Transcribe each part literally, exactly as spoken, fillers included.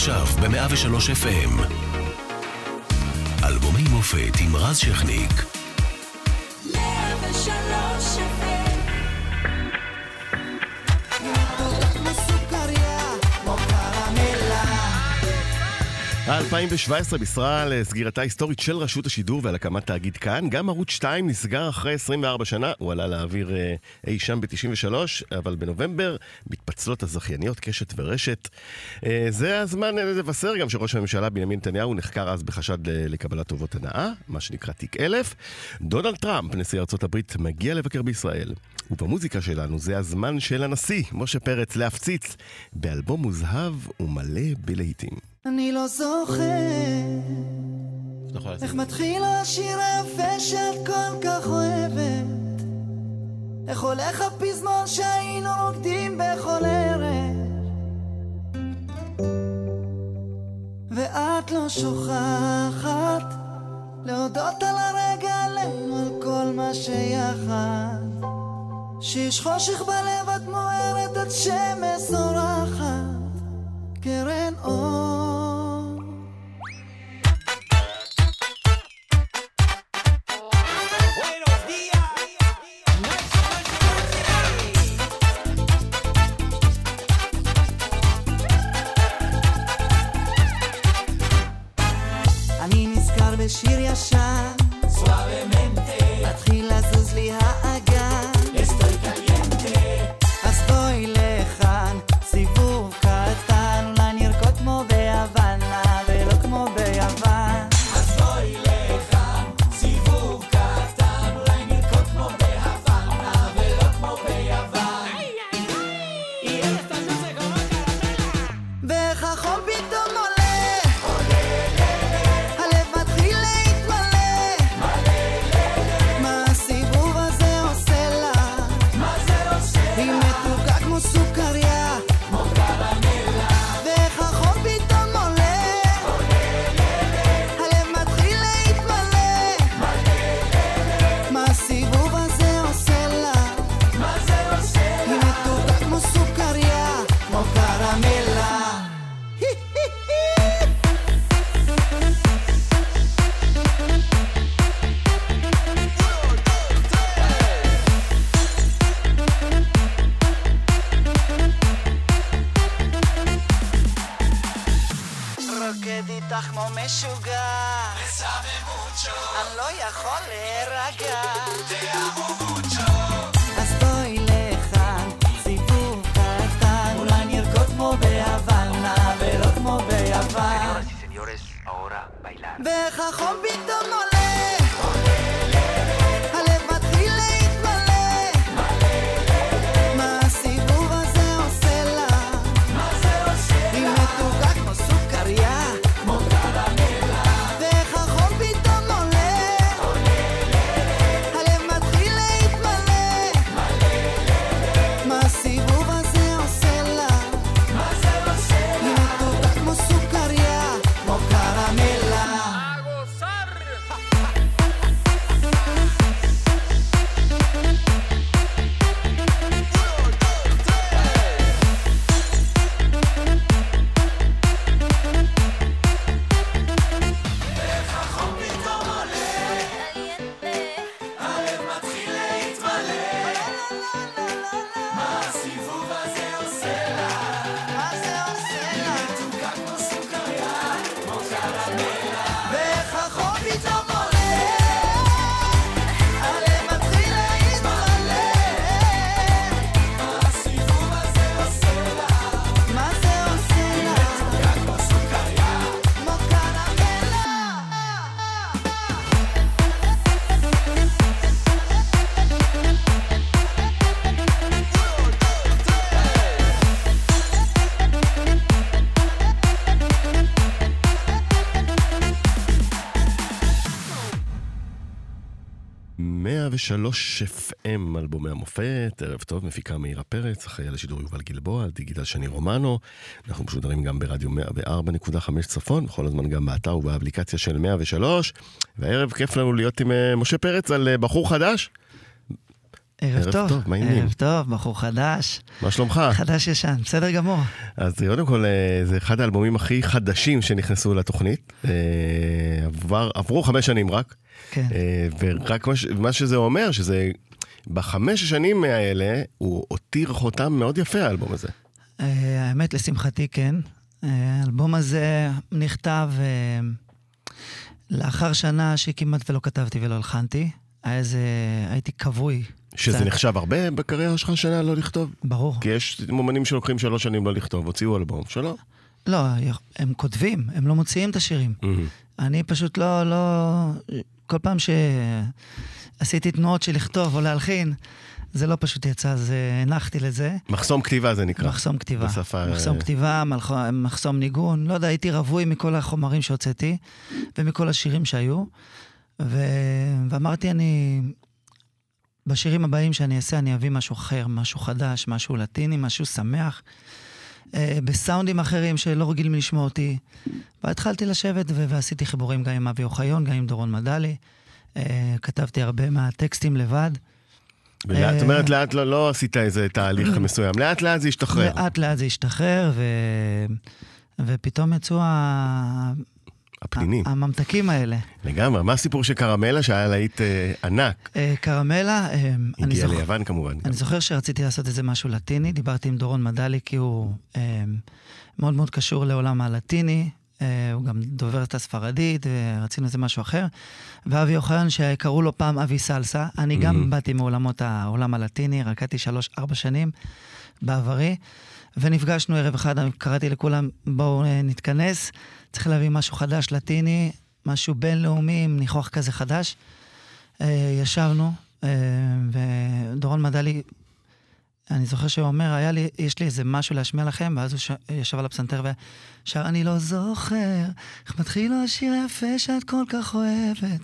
עכשיו ב-מאה ושלוש אף אם. אלבומי מופת עם רז שכניק. מאה ושלוש אף אם. אלפיים שבע עשרה בישרה לסגירתה היסטורית של רשות השידור ועל הקמת תאגיד כאן. גם ערוץ שתיים נסגר אחרי עשרים וארבע שנה, הוא עלה לאוויר אי שם ב-תשעים ושלוש, אבל בנובמבר מתפצלות הזכייניות קשת ורשת. זה הזמן לבשר גם שראש הממשלה בנימין נתניהו נחקר אז בחשד לקבלת טובות הנאה, מה שנקרא תיק אלף. דונלד טראמפ, נשיא ארצות הברית, מגיע לבקר בישראל. ובמוזיקה שלנו זה הזמן של הנשיא משה פרץ להפציץ באלבום מוזהב ומלא בלהיטים. אני לא זוכר איך מתחיל השיר היפה שאת כל כך אוהבת, איך הולך הפזמון שהיינו רוקדים בכל ערב, ואת לא שוכחת להודות על הרגע עלינו, על כל מה שיחד, שיש חושך בלב את מוארת, את שמש זורחת קרן אור. אני נזכר בשיר ישן, suavemente, מתחיל לזוז לי האגן, estoy caliente, אז בואי לכאן, סיבוב קטן, אולי נרקוד כמו ביוונה ולא כמו ביוון. אז בואי לכאן, סיבוב קטן, אולי נרקוד כמו ביוונה ולא כמו ביוון. Y esta no se coloca la vela. ואיך החום פתאום עולה, הלב מתחיל להתמלא, מה הסיבוב הזה עושה לה, היא מתוקה כמו סוכריה, ואיך החום פתאום עולה, הלב מתחיל להתמלא, מה הסיבוב הזה עושה לה, היא מתוקה כמו סוכריה, כמו קרמלה. רוקד איתך כמו משוגע, אני לא יכול להירגע, אז בואי לכאן, סיבוב קטן, אולי נרקוד כמו ביוונה ולא כמו ביוון. ואיך החום פתאום עולה, הלב מתחיל להתמלא, מה הסיבוב הזה עושה לה, היא מתוקה כמו סוכריה, ואיך החום פתאום עולה, הלב מתחיל להתמלא, מה הסיבוב הזה עושה לה, היא מתוקה כמו סוכריה, כמו קרמלה. ואיך החום פתאום עולה, הלב מתחיל להתמלא, מה הסיבוב הזה עושה לה, מה זה עושה לה, מתוקה כמו סוכריה, כמו קרמלה. מאה ושלוש אף אם, אלבומי המופת, ערב טוב, מפיקה מאירה פרץ, אחראי על השידור יובל גלבוע, דיגיטל שני רומנו. אנחנו משודרים גם ברדיו מאה וארבע נקודה חמש צפון, בכל הזמן גם באתר ובאפליקציה של מאה ושלוש. והערב כיף לנו להיות עם משה פרץ על בחור חדש. ערב טוב, מה העניינים? ערב טוב, בחור חדש. מה שלומך? חדש ישן, בסדר גמור. אז קודם כל, זה אחד האלבומים הכי חדשים שנכנסו לתוכנית. עבר, עברו חמש שנים רק. כן. ורק מה, מה שזה אומר, שזה בחמש השנים האלה, הוא הותיר חותם מאוד יפה, האלבום הזה. האמת, לשמחתי, כן. האלבום הזה נכתב לאחר שנה שכמעט ולא כתבתי ולא הלחנתי. הייתי קבוי. שזה נחשב הרבה בקריירה שלך שנה לא לכתוב? ברור. כי יש מומנים שלוקחים שלוש שנים לא לכתוב, הוציאו אלבום, שלא? לא, הם כותבים, הם לא מוציאים את השירים. אני פשוט לא, לא... כל פעם שעשיתי תנועות של לכתוב או להלחין, זה לא פשוט יצא, אז הנחתי לזה. מחסום כתיבה זה נקרא. מחסום כתיבה. בשפה... מחסום כתיבה, מחסום ניגון. לא יודע, הייתי רווי מכל החומרים שהוצאתי, ומכל השירים שהיו. ו... ואמרתי, אני... בשירים הבאים שאני אעשה, אני אביא משהו אחר, משהו חדש, משהו לטיני, משהו שמח, אה, בסאונדים אחרים שלא רגילים לשמוע אותי. והתחלתי לשבת ו- ועשיתי חיבורים גם עם אבי אוחיון, גם עם דורון מדלי. אה, כתבתי הרבה מהטקסטים לבד. ולאט, זאת אומרת, לאט לא, לא עשית איזה תהליך מסוים, לאט לאט זה השתחרר. לאט לאט זה השתחרר, ו... ופתאום יצאו ה... הפנינים. הממתקים האלה. לגמרי. מה הסיפור של קרמלה שהיה להיט אה, ענק? אה, קרמלה, אה, אני, זוכ... ליוון, כמובן, אני זוכר שרציתי לעשות איזה משהו לטיני, דיברתי עם דורון מדלי כי הוא אה, מאוד מאוד קשור לעולם הלטיני, אה, הוא גם דובר את הספרדית, ורצינו איזה משהו אחר. ואבי אוחיון שקראו לו פעם אבי סלסה, אני גם mm-hmm. באתי מעולמות העולם הלטיני, רקדתי שלוש, ארבע שנים בעברי, ונפגשנו ערב אחד, קראתי לכולם, בואו נתכנס, צריך להביא משהו חדש לטיני, משהו בינלאומי, עם ניחוח כזה חדש. ישבנו, ודורון מדלי, אני זוכר שהוא אומר, היה לי, יש לי איזה משהו להשמיע לכם, ואז הוא ש... ישב על הפסנתר ושר, אני לא זוכר, איך מתחיל לו השיר היפה שאת כל כך אוהבת.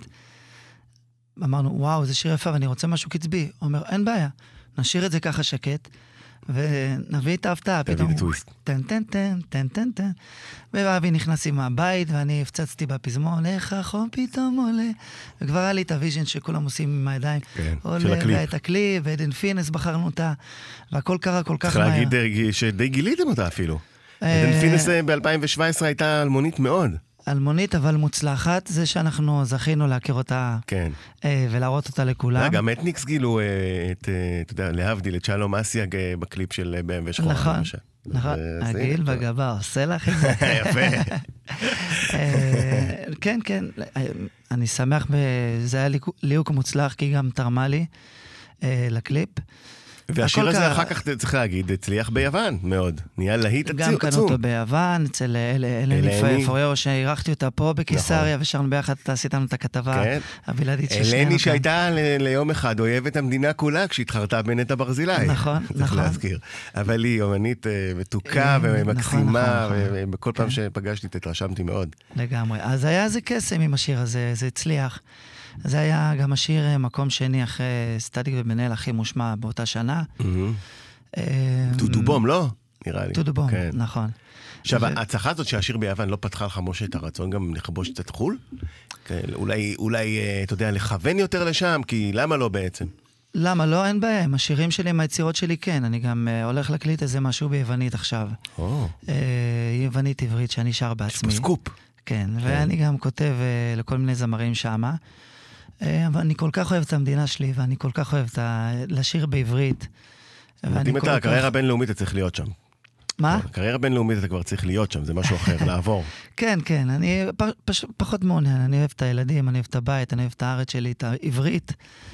אמרנו, וואו, זה שיר יפה, ואני רוצה משהו קצבי. הוא אומר, אין בעיה, נשאיר את זה ככה שקט, ונביא את ההפתעה, פתאום, טן טן טן, טן טן טן, ואבי נכנס עם הבית, ואני הפצצתי בפזמון, איך החום פתאום עולה, וכבר היה לי את הוויז'ן שכולם עושים עם הידיים, עולה, ואת הקליפ, ועדן פינס בחרנו אותה, והכל קרה כל כך מהר. צריך להגיד שדי גיליתם אותה אפילו. עדן פינס ב-אלפיים שבע עשרה הייתה אלמונית מאוד. אלמונית, אבל מוצלחת, זה שאנחנו זכינו להכיר אותה, כן. אה, ולהראות אותה לכולם. גם אתניקס גילו, אה, את, אה, אתה יודע, להבדיל, את שלום אסיאג אה, בקליפ של בי אם דאבליו שחורה. נכון, למשל. נכון, הגיל בגבה עושה לך את זה. יפה. אה, כן, כן, אני שמח, זה היה ליהוק מוצלח, כי היא גם תרמה לי אה, לקליפ. והשיר הזה אחר כך צריך להגיד, הצליח ביוון מאוד, נהיה להיט עצום. גם קנו אותו ביוון, אצל אלני פוריו, שהערכתי אותה פה בקיסריה, ושרנו ביחד, עשית לנו את הכתבה הבלעדית של שנינו. אלני שהייתה ליום אחד אוהבת המדינה כולה, כשהתחרתה בנטע ברזילי. נכון, נכון. צריך להזכיר. אבל היא אומנית מתוקה ומקסימה, ובכל פעם שפגשתי תתרשמתי מאוד. לגמרי. אז היה איזה קסם עם השיר הזה, זה הצליח. זה היה גם השיר מקום שני אחרי סטטיק ובן-אל הכי מושמע באותה שנה. דודו בום, לא? נראה לי. דודו בום, נכון. עכשיו, ההצלחה הזאת שהשיר ביוון לא פתחה לך משה את הרצון גם לכבוש קצת חול? אולי, אתה יודע, לכוון יותר לשם, כי למה לא בעצם? למה לא? אין בעיה. עם השירים שלי, עם היצירות שלי, כן. אני גם הולך להקליט איזה משהו ביוונית עכשיו. יוונית עברית שאני שר בעצמי. סקופ. כן, ואני גם כותב לכל מיני זמרים שמה. אבל אני כל כך אוהב את המדינה שלי, ואני כל כך אוהב לשיר בעברית. אם אתה, הקריירה בינלאומית אתה צריך להיות שם. מה? הקריירה בינלאומית אתה כבר צריך להיות שם, זה משהו אחר, לעבור. כן, כן, אני פחות מעוניין, אני אוהב את הילדים, אני אוהב את הבית, אני אוהב את הארץ שלי, את העברית.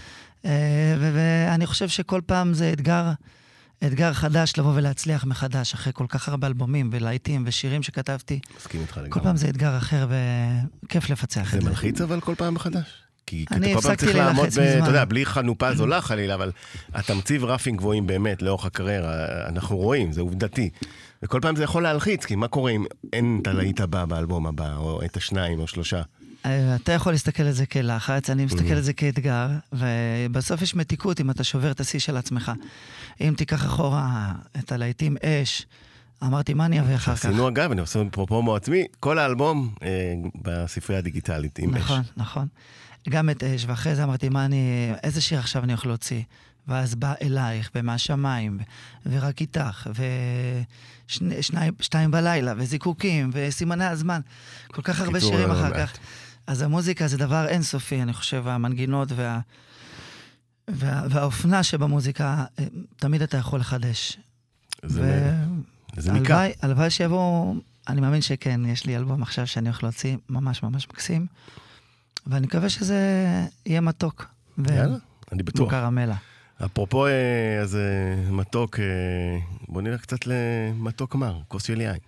ואני חושב שכל פעם זה אתגר, אתגר חדש לבוא ולהצליח מחדש, אחרי כל כך הרבה אלבומים ולהיטים ושירים שכתבתי. מסכים איתך לגמרי. כל פעם זה אתגר אחר וכיף לפצח את זה. זה מלחיץ אבל כל פעם מחדש? כי אני כל פעם צריך הפסקתי לעמוד, ללחץ ב- מזמן. אתה יודע, בלי חנופה זולה חלילה, אבל אתה מציב רפים גבוהים באמת לאורך הקריירה, אנחנו רואים, זה עובדתי. וכל פעם זה יכול להלחיץ, כי מה קורה אם אין את הלהיט הבא באלבום הבא, או את השניים או שלושה? אתה יכול להסתכל על זה כלחץ, אני מסתכל על זה כאתגר, ובסוף יש מתיקות אם אתה שובר את השיא של עצמך. אם תיקח אחורה את הלהיטים אש, אמרתי, מה אני אביא אחר כך? עשינו אגב, אני עושה פרופומו עצמי, כל האלבום אה, בספרייה הדיגיטלית עם נכון, אש. נכון, נכון. גם את אש, ואחרי זה אמרתי, מה אני, איזה שיר עכשיו אני יכול להוציא? ואז בא אלייך, ומהשמיים, ורק איתך, ושתיים בלילה, וזיקוקים, וסימני הזמן, כל כך הרבה שירים אחר כך. אז המוזיקה זה דבר אינסופי, אני חושב, המנגינות וה... וה... והאופנה שבמוזיקה, תמיד אתה יכול לחדש. זה, ו... זה ניקה. הלוואי שיבוא, אני מאמין שכן, יש לי אלבום עכשיו שאני הולך להוציא, ממש ממש מקסים, ואני מקווה שזה יהיה מתוק. יאללה, אני בטוח. קרמלה. אפרופו אז מתוק, בוא נלך קצת למתוק מר, כוס של יין.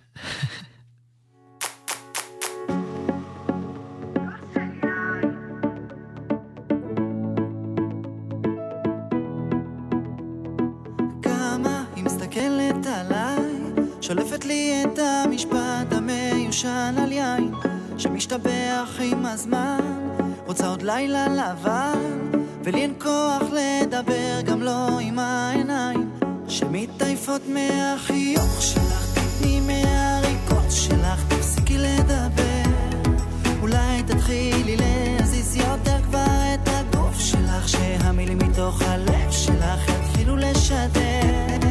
כמה היא מסתכלת עליי, שולפת לי את המשפט המיושן על יין, שמשתבח עם הזמן, רוצה עוד לילה לבן, ולי אין כוח לדבר, גם לא עם העיניים שמתעייפות מהחיוך שלך, תתני מהריקות שלך, תפסיקי לדבר, אולי תתחילי להזיז יותר כבר את הגוף שלך, שהמילים מתוך הלב שלך יתחילו לשדר.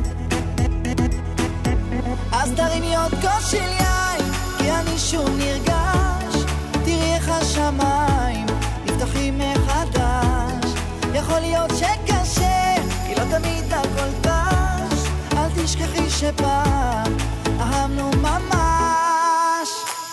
אז תרימי עוד כוס של יין, כי אני שוב נרגש, תראי איך השמיים נפתחים מחדש, יכול להיות שקשה, כי לא תמיד הכל דש, אל תשכחי שפעם אהבנו ממש.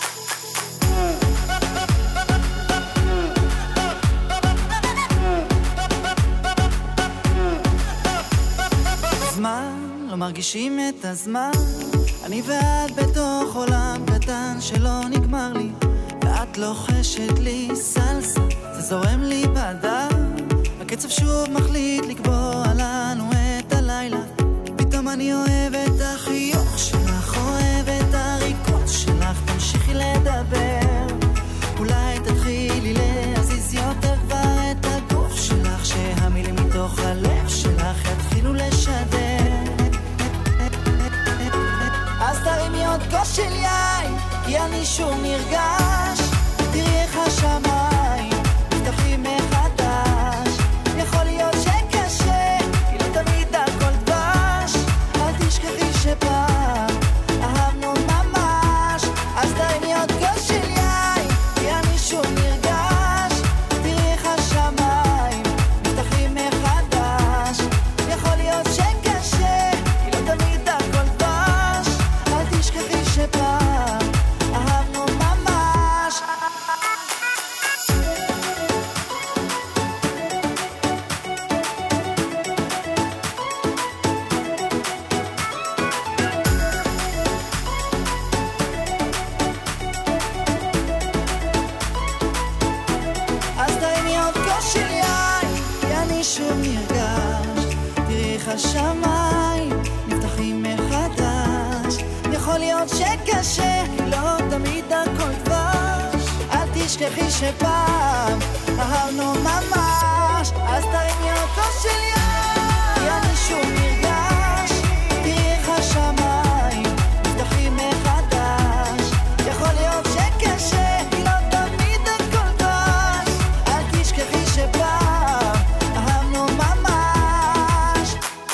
זמן, לא מרגישים את הזמן, אני ואת בתוך עולם קטן שלא נגמר לי, ואת לוחשת לי סלסה, זה זורם לי בדם, הקצב שוב מחליט לקבוע לנו את הלילה, פתאום אני אוהב את החיוך שלך, אוהב את הריקות שלך, תמשיכי לדבר, אולי תתחילי להזיז יותר כבר את הגוף שלך, שהמילים מתוך הלב שלך יתחילו לשדר. אז תרימי עוד כוס של יין, כי אני שוב נרגש, תראי איך השמיים נפתחים מחדש, יכול להיות שקשה, כי לא תמיד הכל דבש, אל תשכחי שפעם אהבנו ממש. אז תרימי עוד כוס של יין, כי אני שוב נרגש, תראי איך השמיים נפתחים מחדש, יכול להיות שקשה, כי לא תמיד הכל דבש, אל תשכחי שפעם אהבנו ממש. אז תרימי עוד כוס של יין, כי אני שוב נרגש, תראי איך השמיים נפתחים מחדש, יכול להיות שקשה, כי לא תמיד הכל דבש, אל תשכחי שפעם אהבנו ממש. אז תרימי עוד כוס של יין, כי אני שוב נרגש, תראי איך השמיים נפתחים מחדש, יכול להיות שקשה, כי לא תמיד הכל דבש, אל תשכחי שפעם אהבנו ממש.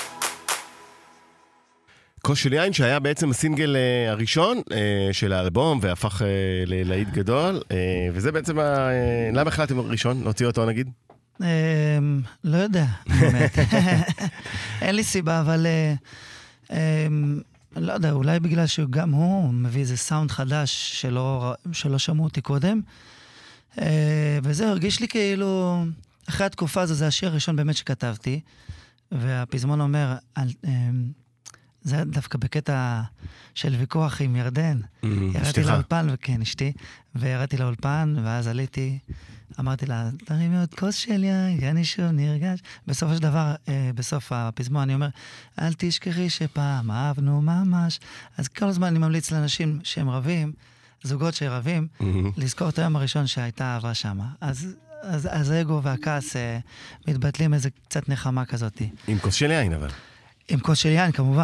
כוס של יין שהיה בעצם הסינגל אה, הראשון אה, של האלבום והפך אה, ללהיט גדול, אה, וזה בעצם ה... אה, למה החלטתם ראשון להוציא אותו נגיד? אמ, לא יודע, באמת. אין לי סיבה, אבל אמ, לא יודע, אולי בגלל שגם הוא מביא איזה סאונד חדש שלא, שלא שמעו אותי קודם, אה, וזה הרגיש לי כאילו, אחרי התקופה הזו, זה השיר הראשון באמת שכתבתי, והפזמון אומר, על, אמ, זה היה דווקא בקטע של ויכוח עם ירדן. ירדתי לאולפן, וכן, אשתי, וירדתי לאולפן, ואז עליתי, אמרתי לה, תרימי עוד כוס של יין, כי אני שוב נרגש. בסופו של דבר, אה, בסוף הפזמון, אני אומר, אל תשכחי שפעם אהבנו ממש. אז כל הזמן אני ממליץ לאנשים שהם רבים, זוגות שרבים, לזכור את היום הראשון שהייתה אהבה שמה. אז, אז, אז האגו והכעס אה, מתבטלים איזה קצת נחמה כזאת. עם כוס של יין אבל. עם כוס של יין, כמובן.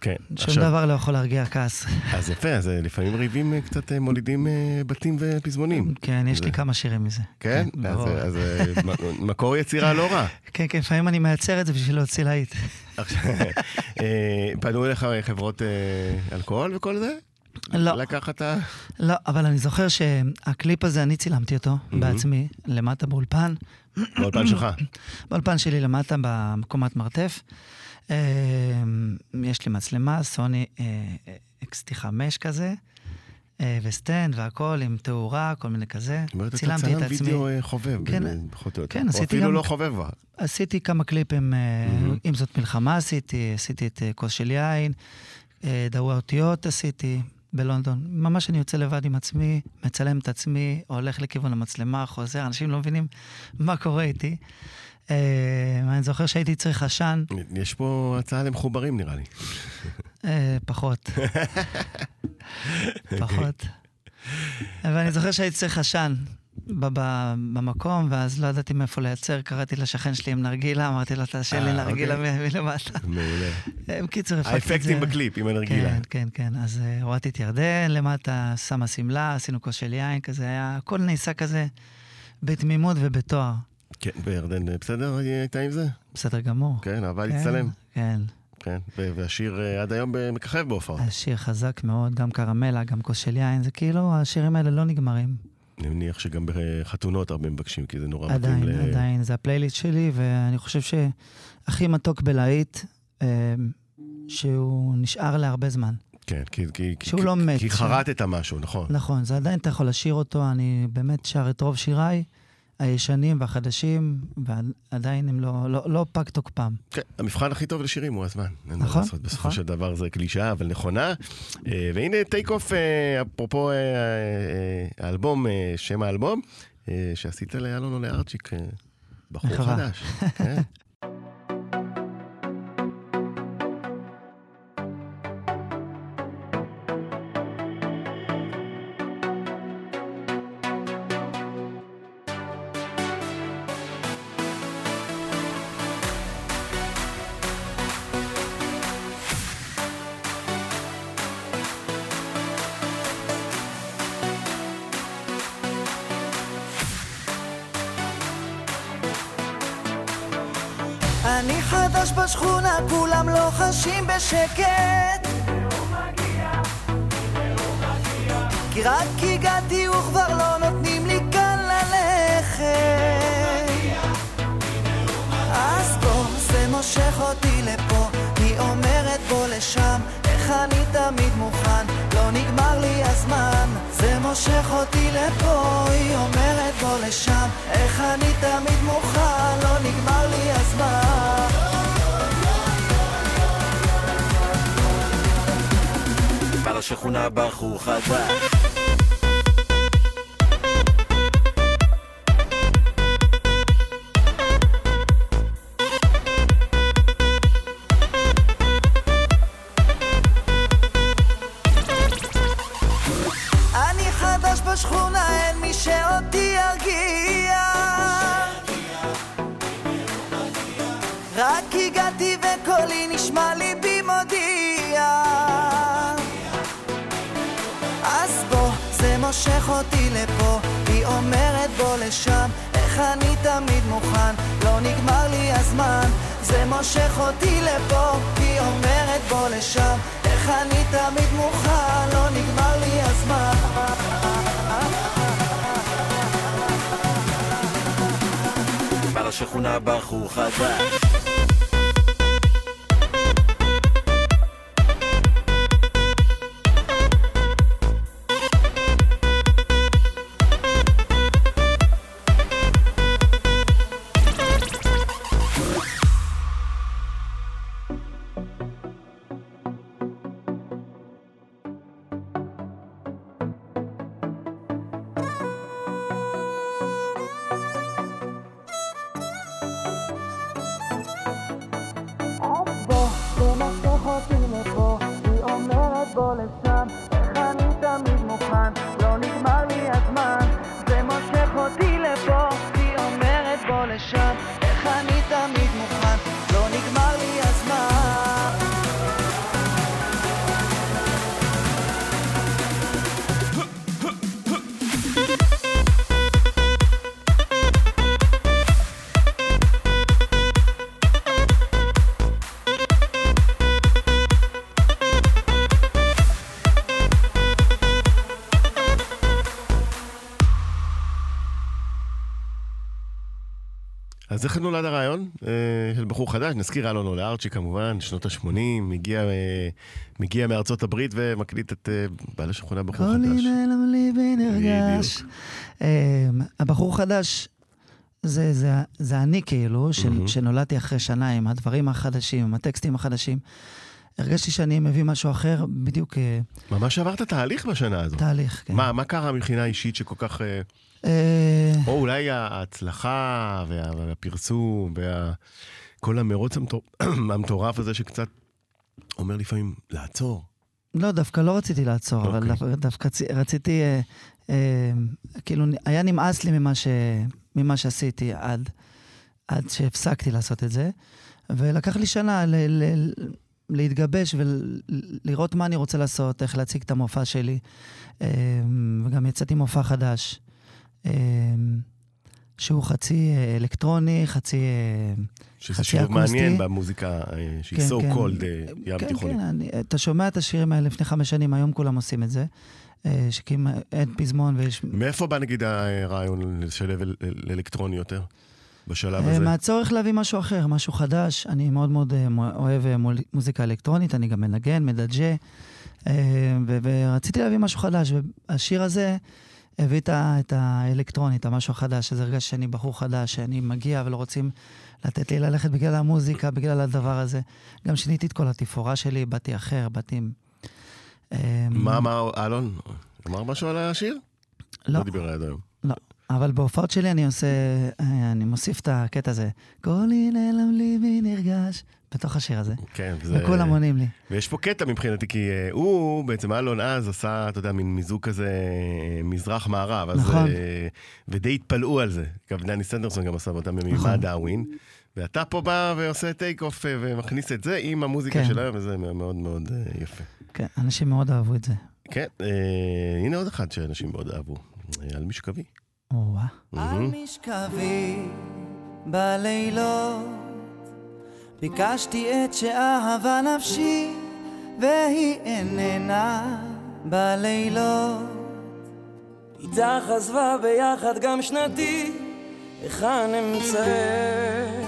כן. שום עכשיו- דבר לא יכול להרגיע כעס. אז יפה, אז אה, לפעמים ריבים אה, קצת אה, מולידים אה, בתים ופזמונים. כן, יש זה- לי כמה שירים מזה. כן? אז ברור. אה, אז אה, מ- מקור יצירה לא רע. כן, כן, לפעמים אני מייצר את זה בשביל להוציא להיט. עכשיו, אה, פנו אליך חברות אה, אלכוהול וכל זה? לא, לקחת ה... לא, אבל אני זוכר שהקליפ הזה, אני צילמתי אותו בעצמי, למטה באולפן. באולפן שלך. באולפן שלי למטה, במקומת מרתף. אה, יש לי מצלמה, סוני אקס טי חמש כזה, אה, וסטנד והכל, עם תאורה, כל מיני כזה. זאת אומרת, אתה צילמתי צלם את עצמי. וידאו אה, חובב, כן, ב- פחות או יותר. כן, או עשיתי אפילו גם- לא חובב. אה. עשיתי כמה קליפים, אה, אם זאת מלחמה עשיתי, עשיתי את אה, כוס של יין, אה, דאו האותיות עשיתי בלונדון. ממש אני יוצא לבד עם עצמי, מצלם את עצמי, הולך לכיוון המצלמה, חוזר, אנשים לא מבינים מה קורה איתי. אה, אני זוכר שהייתי צריך עשן, יש פה הצעה למחוברים נראה לי. אה, פחות. פחות. ואני זוכר שהייתי צריך עשן ב- ב- במקום, ואז לא ידעתי מאיפה לייצר, קראתי לשכן שלי עם נרגילה, אמרתי לו, תעשה לי אה, נרגילה אוקיי. מ- מלמטה. מעולה. בקיצור, הפקתי את זה. האפקטים בקליפ עם הנרגילה. כן, כן, כן. אז uh, הורדתי את ירדן למטה, שמה סמלה, עשינו כוס של יין כזה, היה, הכל נעשה כזה בתמימות ובתואר. כן, וירדן בסדר הייתה עם זה? בסדר גמור. כן, אהבה כן, להצטלם. כן. כן, ו- והשיר אה, עד היום מככב בהופעות. השיר חזק מאוד, גם קרמלה, גם כוס של יין, זה כאילו, השירים האלה לא נגמרים. אני מניח שגם בחתונות הרבה מבקשים, כי זה נורא מתאים עדיין, ל... עדיין, זה הפלייליסט שלי, ואני חושב שהכי מתוק בלהיט, אה, שהוא נשאר להרבה זמן. כן, כי, כי, שהוא כי, לא מת. כי חרטת משהו, נכון. נכון, זה עדיין אתה יכול לשיר אותו, אני באמת שר את רוב שיריי, הישנים והחדשים, ועדיין הם לא, לא, לא פג תוקפם. כן, המבחן הכי טוב לשירים הוא הזמן. אין מה נכון, לעשות, בסופו נכון. של דבר זה קלישאה, אבל נכונה. אה, והנה טייק אוף, אה, אפרופו אה, אה, האלבום, אה, שם האלבום, אה, שעשית לאלון או לארצ'יק, אה, בחור מחווה. חדש. כן. אני חדש בשכונה, כולם לא חשים בשקט. כי רק הגעתי וכבר לא נותנים לי כאן ללכת. אז בוא, זה מושך אותי לפה, היא אומרת בוא לשם, איך אני תמיד מוכן, לא נגמר לי הזמן. זה מושך אותי לפה, היא אומרת בוא לשם, איך אני תמיד מוכן, לא נגמר לי הזמן. בעל השכונה בחור חדש. אני חדש בשכונה, אין מי שאותי ירגיע. רק הגעתי וקולי נשמע לי בי מודיע. אז בוא, זה מושך אותי לפה, היא אומרת בוא לשם, איך אני תמיד מוכן, לא נגמר לי הזמן. זה מושך אותי לפה, היא אומרת בוא לשם, איך אני תמיד מוכן, לא נגמר לי הזמן. בעל השכונה בחור חדש. בוא, זה מושך אותי לפה, היא אומרת בוא לשם, איך אני תמיד מוכן, לא נגמר לי הזמן. זה מושך אותי לפה, היא אומרת בוא לשם, איך אני תמיד מוכן, לא נגמר לי הזמן. אז איך נולד הרעיון של בחור חדש? נזכיר אלון אולארצ'י כמובן, שנות ה-שמונים, מגיע, מגיע מארצות הברית ומקליט את בעל השכונה בחור חדש. כל הנה למלי ונרגש. הבחור חדש, זה, זה, זה אני כאילו, ש, mm-hmm. שנולדתי אחרי שנה עם הדברים החדשים, עם הטקסטים החדשים. הרגשתי שאני מביא משהו אחר, בדיוק... ממש עברת תהליך בשנה הזו. תהליך, כן. מה, מה קרה מבחינה אישית שכל כך... או אולי ההצלחה והפרסום וכל המרוץ המטורף הזה שקצת אומר לפעמים לעצור. לא, דווקא לא רציתי לעצור, אבל דווקא רציתי, כאילו, היה נמאס לי ממה שעשיתי עד עד שהפסקתי לעשות את זה, ולקח לי שנה להתגבש ולראות מה אני רוצה לעשות, איך להציג את המופע שלי, וגם יצאתי מופע חדש. שהוא חצי אלקטרוני, חצי אקוסטי. שזה שילוב מעניין במוזיקה שהיא so called ים תיכוני. כן, כן, אתה שומע את השירים האלה לפני חמש שנים, היום כולם עושים את זה, שקים אין פזמון ויש... מאיפה בא נגיד הרעיון לשלב לאלקטרוני יותר בשלב הזה? מהצורך להביא משהו אחר, משהו חדש. אני מאוד מאוד אוהב מוזיקה אלקטרונית, אני גם מנגן, מדג'ה, ורציתי להביא משהו חדש, והשיר הזה... הביא את האלקטרונית, המשהו החדש, אז הרגש שאני בחור חדש, שאני מגיע ולא רוצים לתת לי ללכת בגלל המוזיקה, בגלל הדבר הזה. גם שיניתי את כל התפאורה שלי, באתי אחר, באתי... מה אמר אלון? אמר משהו על השיר? לא. לא דיבר עד היום. לא. אבל בהופעות שלי אני עושה, אני מוסיף את הקטע הזה. כל הנה למליבי נרגש. בתוך השיר הזה. כן, וזה... וכולם עונים לי. ויש פה קטע מבחינתי, כי הוא, בעצם אלון אז עשה, אתה יודע, מין מיזוג כזה מזרח-מערב. נכון. ודי התפלאו על זה. אגב, דני סנדרסון גם עשה אותם ממימה דאווין. ואתה פה בא ועושה טייק אוף ומכניס את זה עם המוזיקה שלהם, וזה מאוד מאוד יפה. כן, אנשים מאוד אהבו את זה. כן, הנה עוד אחד שאנשים מאוד אהבו. על משכבי. וואה. על משכבי בלילות ביקשתי את שאהבה נפשי והיא איננה בלילות איתך עזבה ביחד גם שנתי היכן אמצא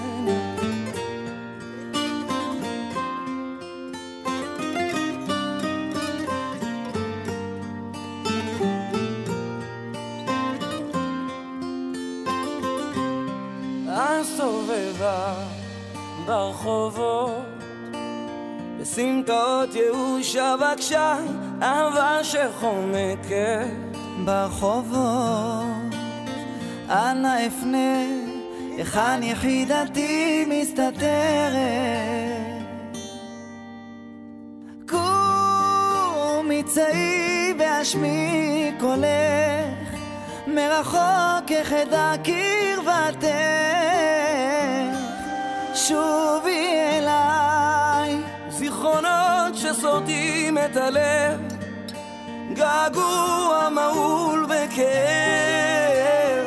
הסובבה ברחובות בסמטות ייאוש בקשה אהבה שחומקת ברחובות אנה אפנה היכן יחידתי מסתתרת קומי צאי והשמי קולך מרחוק יחדה קרבתך שובי אליי זיכרונות שסורטים את הלב געגוע מהול בכאב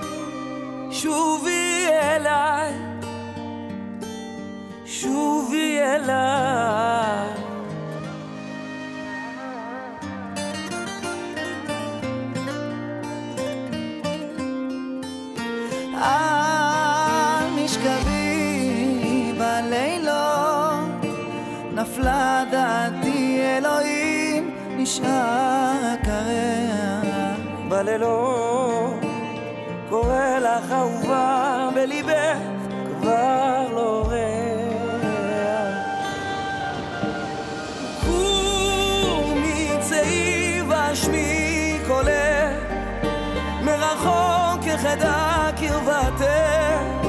שובי אליי שובי אליי על משכבי בלילות נפלה דעתי אלוהים נשאר קרח בלילות קורא לך אהובה בליבך כבר לא ריח קומי צאי והשמי קולך מרחוק יחדה קרבתך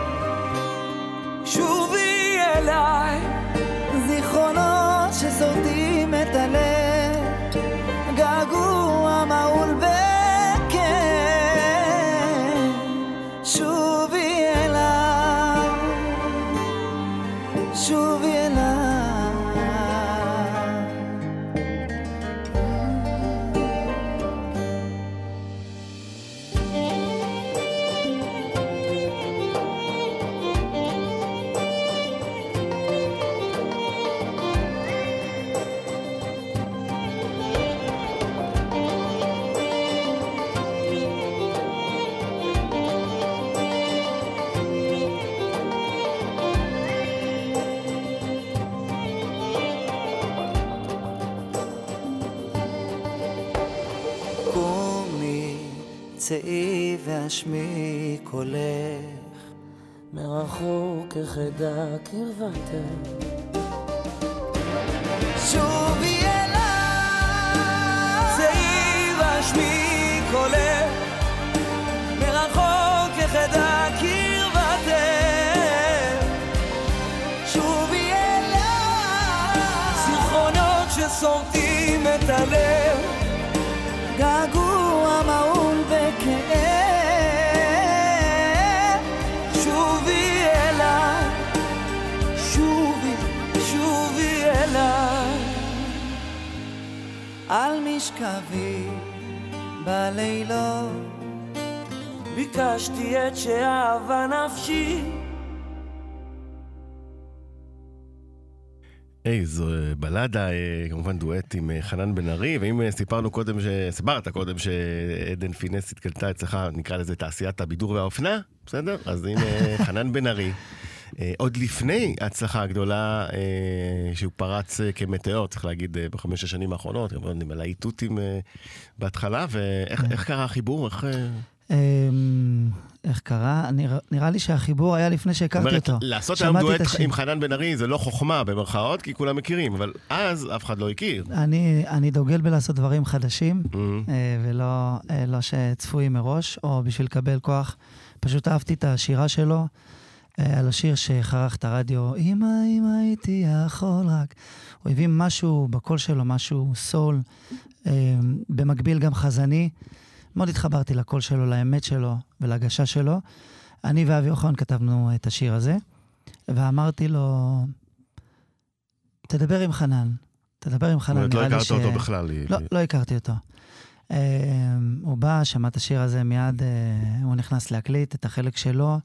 שובי אליי זיכרונות שסורטים את הלב געגוע מהול בכאב שובי אליי שובי אליי צאי והשמי קולך, מרחוק יחדה קרבתך. שובי אליי, צאי והשמי קולך, מרחוק יחדה קרבתך. שובי אליי, זיכרונות ששורטים את הלב, געגוע מהול בכאב. שובי אליי, שובי, שובי אליי. על משכבי בלילות ביקשתי את שאהבה נפשי. איזו בלדה, כמובן דואט עם חנן בן ארי, ואם סיפרנו קודם, סיפרת קודם שעדן פינס התקלטה אצלך, נקרא לזה תעשיית הבידור והאופנה, בסדר? אז הנה חנן בן ארי, עוד לפני ההצלחה הגדולה שהוא פרץ כמטאור, צריך להגיד, בחמש השנים האחרונות, כמובן עם הלהיטותים בהתחלה, ואיך קרה החיבור? איך... איך קרה? נראה לי שהחיבור היה לפני שהכרתי אותו. לעשות היום דואט עם חנן בן ארי זה לא חוכמה במרכאות, כי כולם מכירים, אבל אז אף אחד לא הכיר. אני דוגל בלעשות דברים חדשים, ולא שצפויים מראש, או בשביל לקבל כוח. פשוט אהבתי את השירה שלו, על השיר שחרך את הרדיו, אמא, אמא, הייתי יכול רק. הוא הביא משהו בקול שלו, משהו סול, במקביל גם חזני. מאוד התחברתי לקול שלו, לאמת שלו ולהגשה שלו. אני ואבי אוחיון כתבנו את השיר הזה, ואמרתי לו, תדבר עם חנן, תדבר עם חנן. לא הכרת אותו בכלל. לא, לא הכרתי אותו. הוא בא, שמע את השיר הזה מיד, הוא נכנס להקליט את החלק שלו,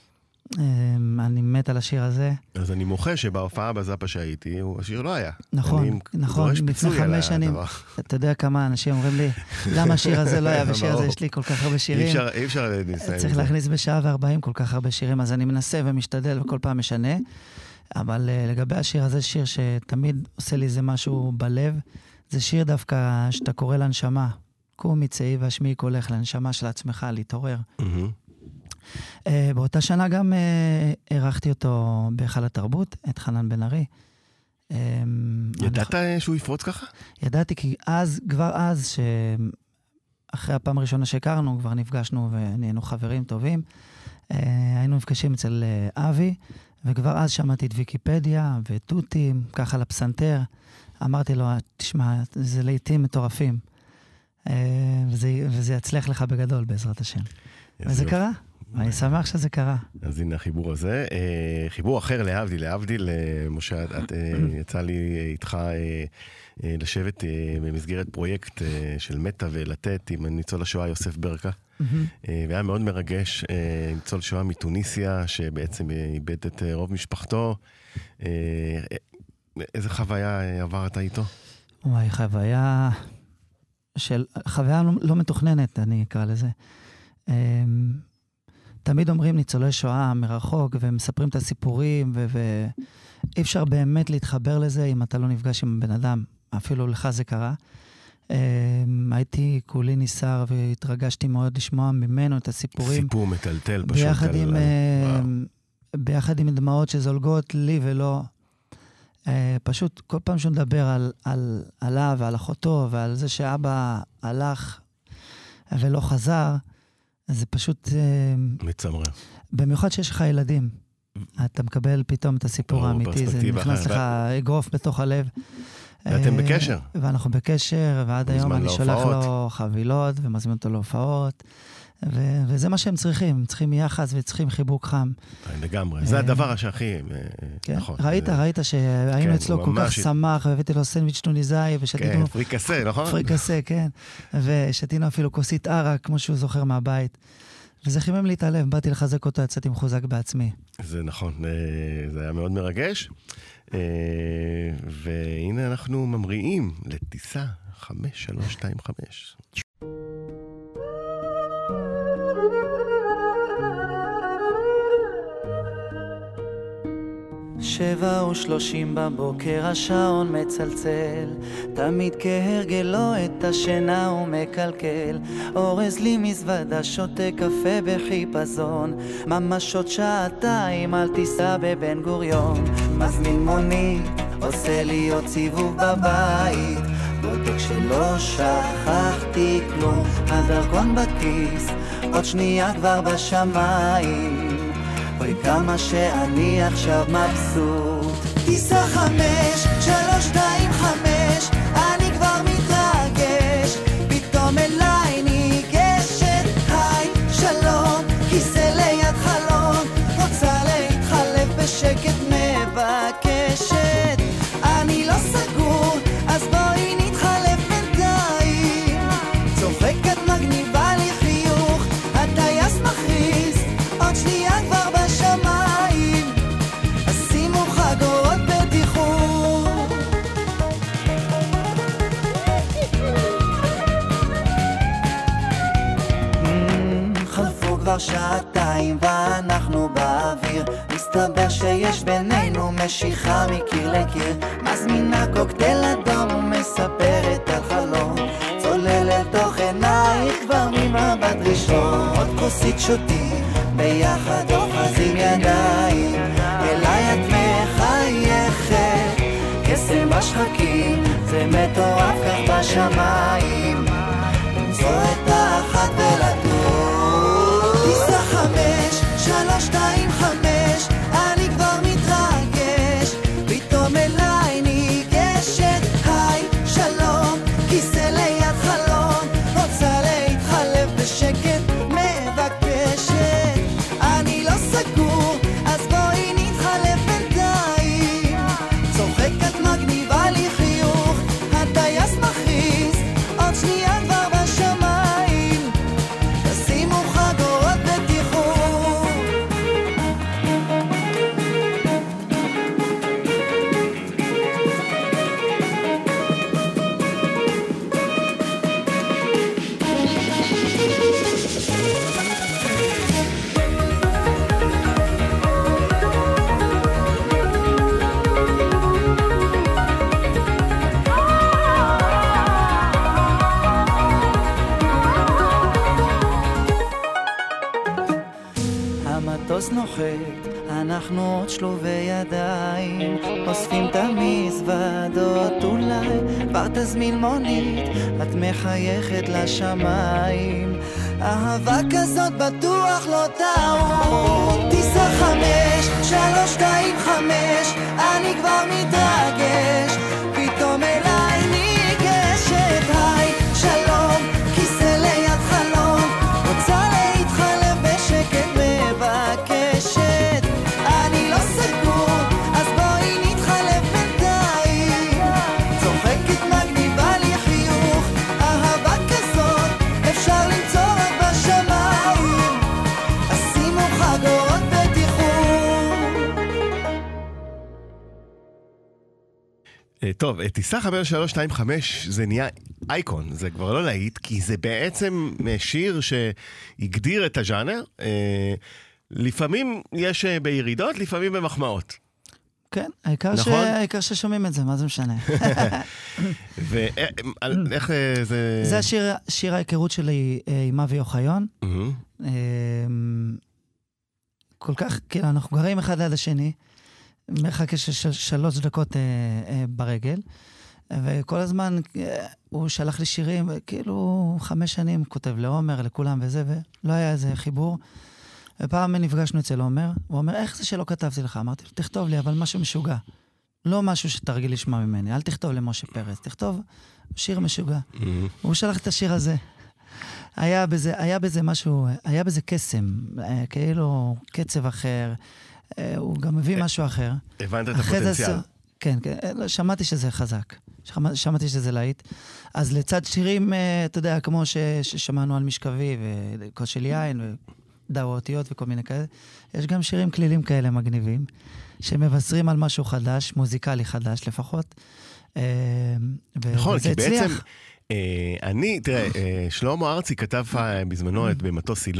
אני מת על השיר הזה. אז אני מוחה שבהופעה בזאפה שהייתי, השיר לא היה. נכון, נכון, לפני חמש שנים. אתה יודע כמה אנשים אומרים לי, למה השיר הזה לא היה, בשיר הזה יש לי כל כך הרבה שירים. אי אפשר לנסיים. צריך להכניס בשעה וארבעים כל כך הרבה שירים, אז אני מנסה ומשתדל וכל פעם משנה. אבל לגבי השיר הזה, שיר שתמיד עושה לי איזה משהו בלב, זה שיר דווקא שאתה קורא לנשמה. קומי צאי והשמיעי קולך לנשמה של עצמך, להתעורר. Uh, באותה שנה גם uh, ערכתי אותו בהיכל התרבות, את חנן בן ארי. Uh, ידעת אני... שהוא יפרוץ ככה? ידעתי, כי אז, כבר אז, שאחרי הפעם הראשונה שהכרנו, כבר נפגשנו ונהיינו חברים טובים, uh, היינו נפגשים אצל uh, אבי, וכבר אז שמעתי את ויקיפדיה וטוטים, ככה לפסנתר. אמרתי לו, תשמע, זה לעתים מטורפים, uh, וזה, וזה יצליח לך בגדול בעזרת השם. וזה קרה? אני שמח שזה קרה. אז הנה החיבור הזה. חיבור אחר להבדיל, להבדיל, משה, יצא לי איתך לשבת במסגרת פרויקט של מטה ולתת עם ניצול השואה יוסף ברקה. והיה מאוד מרגש, ניצול שואה מתוניסיה, שבעצם איבד את רוב משפחתו. איזה חוויה עברת איתו? וואי, חוויה של, חוויה לא מתוכננת, אני אקרא לזה. תמיד אומרים ניצולי שואה מרחוק, ומספרים את הסיפורים, ואי אפשר באמת להתחבר לזה אם אתה לא נפגש עם בן אדם. אפילו לך זה קרה. הייתי כולי ניסר, והתרגשתי מאוד לשמוע ממנו את הסיפורים. סיפור מטלטל פשוט. ביחד עם, ביחד עם דמעות שזולגות לי ולא. פשוט כל פעם שהוא מדבר על, על, עליו ועל אחותו, ועל זה שאבא הלך ולא חזר, זה פשוט... מצמרר. במיוחד שיש לך ילדים. אתה מקבל פתאום את הסיפור האמיתי, זה נכנס לך אגרוף בתוך הלב. ואתם בקשר. ואנחנו בקשר, ועד היום אני שולח לו חבילות, ומזמין אותו להופעות, וזה מה שהם צריכים, הם צריכים יחס וצריכים חיבוק חם. לגמרי, זה הדבר שהכי... נכון. ראית, ראית שהיינו אצלו כל כך שמח, והבאתי לו סנדוויץ' טוניסאי, ושתינו... כן, פריקסה, נכון? פריקסה, כן. ושתינו אפילו כוסית ערק, כמו שהוא זוכר מהבית. וזה חימם לי את הלב, באתי לחזק אותו, יצאתי מחוזק בעצמי. זה נכון, זה היה מאוד מרגש. והנה אנחנו ממריאים לטיסה חמש שלוש שתיים חמש. שבע ושלושים בבוקר השעון מצלצל, תמיד כהרגלו את השינה הוא מקלקל, אורז לי מזוודה, שותה קפה בחיפזון, ממש עוד שעתיים על טיסה בבן גוריון, מזמין מונית, עושה לי עוד סיבוב בבית, בודק שלא שכחתי כלום, הדרכון בכיס, עוד שנייה כבר בשמיים, אוי כמה שאני עכשיו מבסוט. טיסה חמש, שלוש, שתיים, חמש, אני כבר מתרגש, פתאום אליי ניגשת, היי, שלום, כיסא ליד חלון, רוצה להתחלף בשקט מבקשת, אני לא סגור, אז בואי נתחלף בינתיים, צוחקת מגניבה לי חיוך, הטייס מכריז, עוד שנייה כבר בשמיים, אז שימו חגורות בטיחות. חלפו כבר שעתיים ואנחנו באוויר, מסתבר שיש בינינו משיכה מקיר לקיר, מזמינה קוקטייל אדום ומספרת על חלום, צולל אל תוך עינייך כבר ממבט ראשון, עוד כוסית שותים ביחד אוחזים ידיים, אליי את מחייכת קסם בשחקים, זה מטורף כך בשמיים, למצוא את האחת ולטור. טיסה חמש, שלוש, שתיים, חמש, אני כבר מתרגש, פתאום אליי ניגשת, היי, שלום, כיסא ליד חלון, רוצה להתחלף בשקט מבקשת, אני לא סגור, אז בואי נתחלף בינתיים, צוחקת מגניבה לי חיוך, הטייס מכריז, עוד שנייה כבר בשמיים, תשימו חגורות בטיחות. המטוס נוחת, אנחנו עוד שלובי ידיים, אוספים את המזוודות, אולי כבר תזמין מונית, את מחייכת לשמיים, אהבה כזאת בטוח לא טעות. טיסה חמש, שלוש, שתיים, חמש, אני כבר מתרגש, פתאום אליי ניגשת, היי, שלום, כיסא ליד חלון, רוצה להתחלף בשקט מבקשת, אני לא סגור, אז בואי נתחלף בינתיים, צוחקת מגניבה לי חיוך, אהבה כזאת אפשר למצוא רק בשמיים, אז שימו חגורות בטיחות. טוב, טיסה חמש שלוש שתיים חמש זה נהיה אייקון, זה כבר לא להיט, כי זה בעצם שיר שהגדיר את הז'אנר, לפעמים יש בירידות, לפעמים במחמאות. כן, העיקר, נכון? ש... העיקר ששומעים את זה, מה זה משנה? ואיך זה... זה השיר, שיר ההיכרות שלי עם אבי אוחיון. Mm-hmm. כל כך, כאילו, אנחנו גרים אחד ליד השני, מרחק של שלוש דקות אה, אה, ברגל, וכל הזמן אה, הוא שלח לי שירים, כאילו חמש שנים כותב לעומר, לכולם וזה, ולא היה איזה חיבור. ופעם נפגשנו אצל עומר, הוא אומר, איך זה שלא כתבתי לך? אמרתי, תכתוב לי, אבל משהו משוגע. לא משהו שתרגיל לשמוע ממני, אל תכתוב למשה פרץ, תכתוב שיר משוגע. Mm-hmm. הוא שלח את השיר הזה. היה בזה, היה בזה משהו, היה בזה קסם, כאילו קצב אחר, הוא גם מביא משהו אחר. הבנת את הפוטנציאל. כן, כן, שמעתי שזה חזק. שמעתי שזה להיט. אז לצד שירים, אתה יודע, כמו ששמענו על משכבי וכוס של יין ודאוותיות וכל מיני כאלה, יש גם שירים כלילים כאלה מגניבים, שמבשרים על משהו חדש, מוזיקלי חדש לפחות. נכון, כי בעצם אני, תראה, שלמה ארצי כתב בזמנו את במטוס אילון.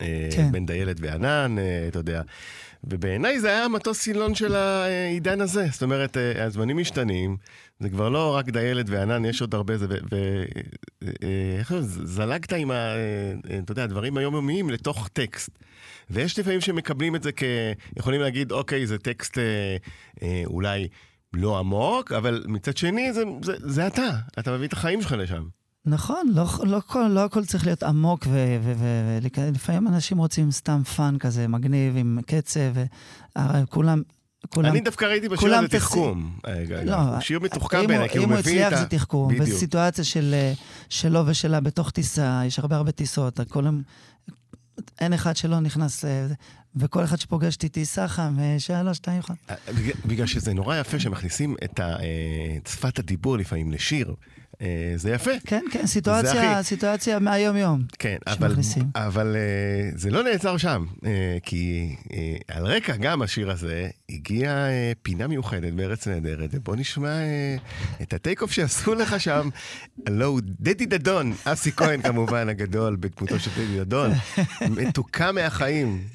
כן. בין דיילת וענן, אתה יודע. ובעיניי זה היה המטוס סילון של העידן הזה. זאת אומרת, הזמנים משתנים, זה כבר לא רק דיילת וענן, יש עוד הרבה, ואיך זלגת עם הדברים היומיומיים לתוך טקסט. ויש לפעמים שמקבלים את זה כ... יכולים להגיד, אוקיי, זה טקסט אולי לא עמוק, אבל מצד שני, זה, זה, זה אתה. אתה מביא את החיים שלך לשם. נכון, לא, לא, כל, לא הכל צריך להיות עמוק, ולפעמים אנשים רוצים סתם פן כזה, מגניב, עם קצב, וכולם... אני דווקא ראיתי בשיר הזה תחכום. הוא שיר מתוחכם בעיניי, כי הוא מביא את ה... אם הוא הצליח זה תחכום, בסיטואציה שלו ושלה בתוך טיסה, יש הרבה הרבה טיסות, אין אחד שלא נכנס, וכל אחד שפוגשתי טיסה חם, שלוש, שתיים, אחד. בגלל שזה נורא יפה שמכניסים את שפת הדיבור לפעמים לשיר, זה יפה. כן, כן, סיטואציה, סיטואציה מהיום יום. כן, אבל, אבל זה לא נעצר שם, כי על רקע גם השיר הזה הגיע פינה מיוחדת בארץ נהדרת, ובוא נשמע את הטייק אוף שעשו לך שם, לא, הוא דדי דדון, אסי כהן כמובן הגדול, בדמותו של דדי דדון, מתוקה מהחיים.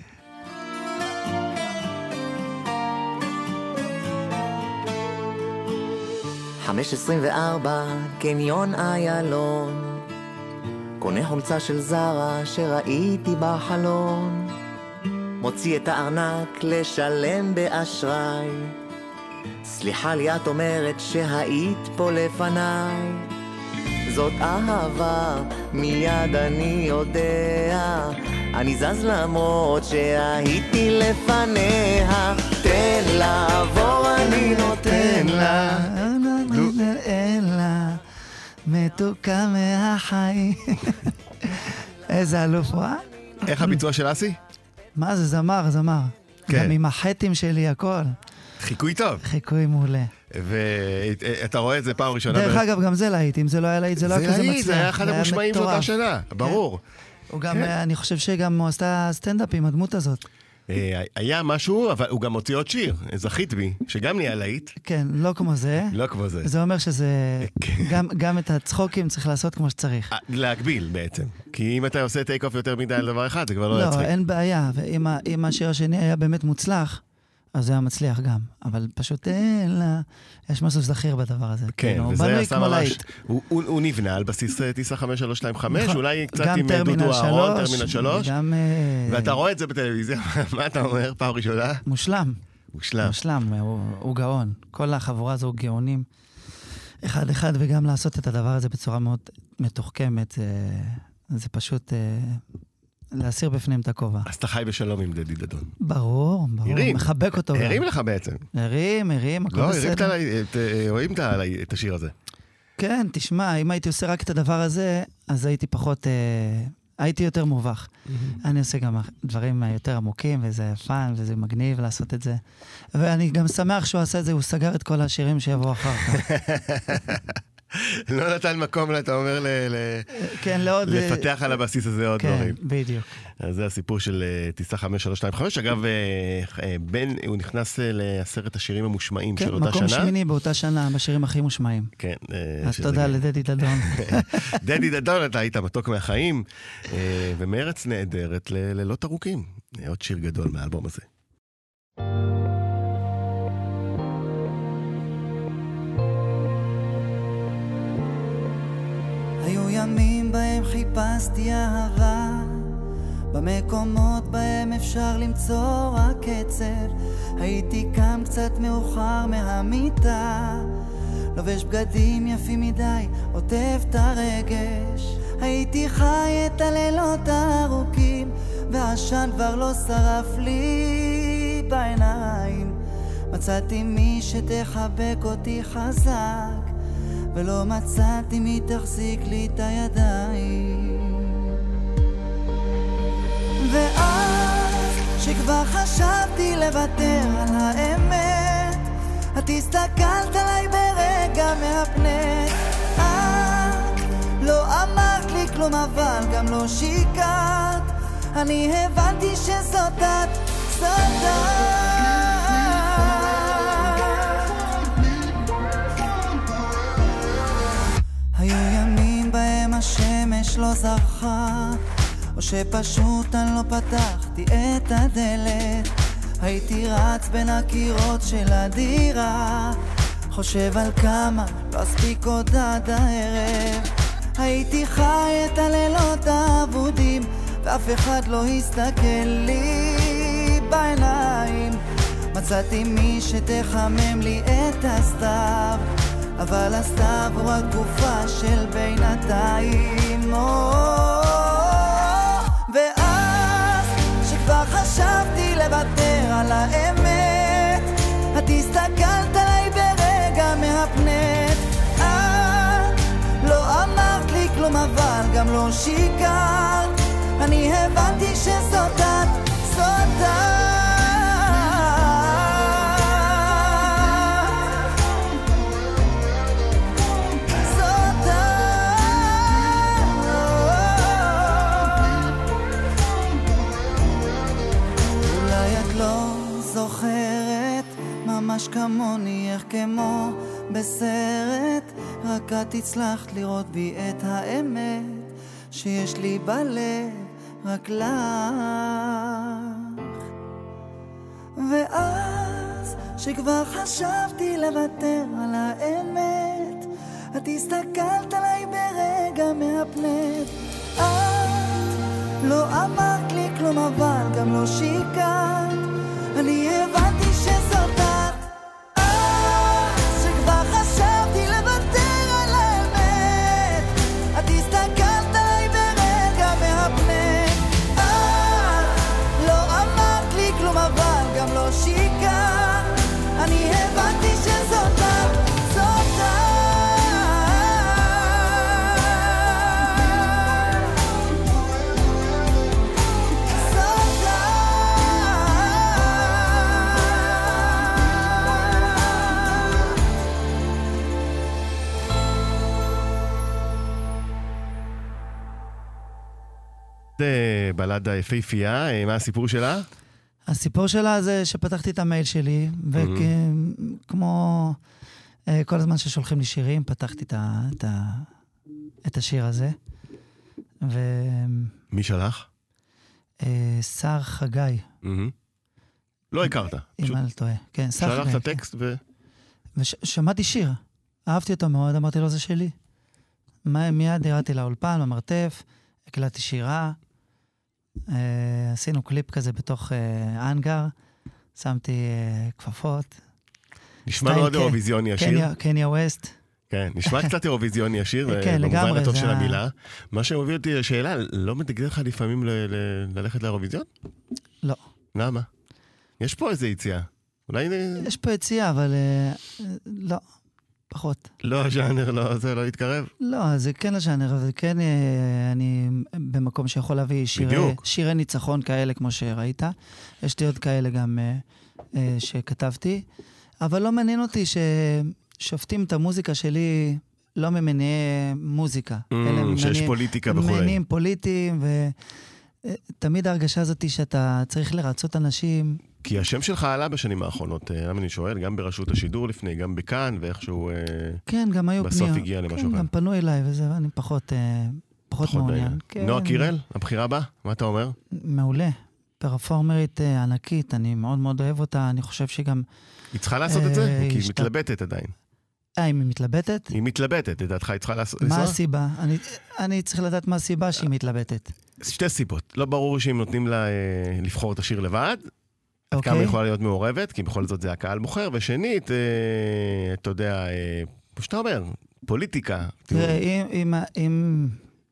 חמש עשרים וארבע, קניון איילון, קונה חולצה של זרה שראיתי בחלון, מוציא את הארנק לשלם באשראי, סליחה לי את אומרת שהיית פה לפניי, זאת אהבה מיד אני יודע, אני זז למרות שהייתי לפניה, תן לעבור אני נותן לה, אלא מתוקה מהחיים. איזה אלוף, וואה? איך הביצוע של אסי? מה זה, זמר, זמר. גם עם החטים שלי, הכל. חיקוי טוב. חיקוי מעולה. ואתה רואה את זה פעם ראשונה. דרך אגב, גם זה להיט. אם זה לא היה להיט, זה לא היה כזה מצליח. זה היה אחד המושמעים של אותה שנה, ברור. הוא גם, אני חושב שגם הוא עשתה סטנדאפ עם הדמות הזאת. היה משהו, אבל הוא גם הוציא עוד שיר, זכית בי, שגם נהיה להיט. כן, לא כמו זה. לא כמו זה. זה אומר שזה, גם את הצחוקים צריך לעשות כמו שצריך. להגביל בעצם. כי אם אתה עושה טייק אוף יותר מדי על דבר אחד, זה כבר לא יצחיק. לא, אין בעיה. ואם השיר השני היה באמת מוצלח, אז זה היה מצליח גם. אבל פשוט אין לה... יש משהו זכיר בדבר הזה. כן, וזה עשה ממש... הוא נבנה על בסיס טיסה חמש שלוש שתיים חמש, אולי קצת עם דודו אהרון, טרמינל שלוש. ואתה רואה את זה בטלוויזיה, מה אתה אומר? פעם ראשונה? מושלם. מושלם. מושלם, הוא גאון. כל החבורה הזו גאונים. אחד אחד, וגם לעשות את הדבר הזה בצורה מאוד מתוחכמת. זה פשוט... להסיר בפנים את הכובע. אז אתה חי בשלום עם דדי דדון. ברור, ברור. הרים. מחבק אותו. הרים לך בעצם. הרים, הרים, הכל לא, בסדר. לא, רואים את השיר הזה. כן, תשמע, אם הייתי עושה רק את הדבר הזה, אז הייתי פחות, אה, הייתי יותר מובך. אני עושה גם דברים יותר עמוקים, וזה פן, וזה מגניב לעשות את זה. ואני גם שמח שהוא עשה את זה, הוא סגר את כל השירים שיבואו אחר כך. לא נתן מקום, אתה אומר, לפתח על הבסיס הזה עוד דברים. כן, בדיוק. אז זה הסיפור של טיסה חמש שלוש שתיים חמש. אגב, בן, הוא נכנס לעשרת השירים המושמעים של אותה שנה. כן, מקום שמיני באותה שנה, בשירים הכי מושמעים. כן. אז תודה לדדי דדון. דדי דדון, אתה היית מתוק מהחיים, ומארץ נהדרת ללילות ארוכים. עוד שיר גדול מהאלבום הזה. היו ימים בהם חיפשתי אהבה, במקומות בהם אפשר למצוא רק קצב. הייתי קם קצת מאוחר מהמיטה, לובש בגדים יפים מדי, עוטף את הרגש. הייתי חי את הלילות הארוכים, והעשן כבר לא שרף לי בעיניים. מצאתי מי שתחבק אותי חזק, ולא מצאתי מי תחזיק לי את הידיים. ואז שכבר חשבתי לוותר על האמת, את הסתכלת עליי ברגע מהפנט. את לא אמרת לי כלום אבל גם לא שיקרת, אני הבנתי שזאת את, זאת את. היו ימים בהם השמש לא זרחה, או שפשוט אני לא פתחתי את הדלת. הייתי רץ בין הקירות של הדירה, חושב על כמה לא אספיק עוד עד הערב. הייתי חי את הלילות האבודים, ואף אחד לא הסתכל לי בעיניים. מצאתי מי שתחמם לי את הסתיו, אבל הסתיו הוא התקופה של בינתיים. ואז שכבר חשבתי לוותר על האמת, את הסתכלת עליי ברגע מהפנט. את לא אמרת לי כלום אבל גם לא שיקרת, אני הבנתי שזאת את, זאת את. זוכרת ממש כמוני, איך כמו בסרט, רק את הצלחת לראות בי את האמת שיש לי בלב רק לך. ואז שכבר חשבתי לוותר על האמת, את הסתכלת עליי ברגע מהפנט. את לא אמרת לי כלום אבל גם לא שיקרת, אני הבנתי שזאת את. אז שכבר חשבתי לוותר על האמת, את הסתכלת עליי ברגע מהפנט. את לא אמרת לי כלום אבל גם לא שיקרת, אני הבנתי שזאת את, זאת את. בלדה יפהפייה, מה הסיפור שלה? הסיפור שלה זה שפתחתי את המייל שלי, וכמו כל הזמן ששולחים לי שירים, פתחתי את השיר הזה. מי שלח? שר חגי. לא הכרת. אם אני לא טועה. כן, שר חגי. שלח את הטקסט ו... ושמעתי שיר. אהבתי אותו מאוד, אמרתי לו, זה שלי. מיד הראתי לאולפן, במרתף, הקלטתי שירה, עשינו קליפ כזה בתוך אנגר, שמתי כפפות. נשמע מאוד אירוויזיוני השיר. קניה ווסט. כן, נשמע קצת אירוויזיוני השיר, במובן הטוב של המילה. מה שמוביל אותי לשאלה, לא מדגדג לך לפעמים ללכת לאירוויזיון? לא. למה? יש פה איזה יציאה. יש פה יציאה, אבל לא. פחות. לא, הז'אנר, לא, זה לא יתקרב? לא, זה כן הז'אנר, אבל כן אני במקום שיכול להביא שירי, שירי ניצחון כאלה, כמו שראית. יש לי עוד כאלה גם שכתבתי, אבל לא מעניין אותי ששופטים את המוזיקה שלי לא ממניעי מוזיקה. שיש פוליטיקה וכו'. ממניעים פוליטיים, ותמיד ההרגשה הזאת שאתה צריך לרצות אנשים. כי השם שלך עלה בשנים האחרונות, למה אני שואל, גם ברשות השידור לפני, גם בכאן, ואיכשהו כן, גם היו בסוף פניות. הגיע למשהו כן, אחר. גם פנו אליי וזה, ואני פחות, פחות מעוניין. כן. נועה קירל, הבחירה הבאה, מה אתה אומר? מעולה. פרפורמרית ענקית, אני מאוד מאוד אוהב אותה, אני חושב שגם... היא צריכה לעשות את זה? כי היא מתלבטת עדיין. אה, היא מתלבטת? היא מתלבטת, לדעתך היא צריכה לעשות... מה הסיבה? אני צריך לדעת מה הסיבה שהיא מתלבטת. שתי סיבות. לא ברור שאם נותנים לה לבחור את השיר לבד, עד כמה יכולה להיות מעורבת, כי בכל זאת זה הקהל בוחר, ושנית, אתה יודע, כמו שאתה אומר, פוליטיקה. תראה, אם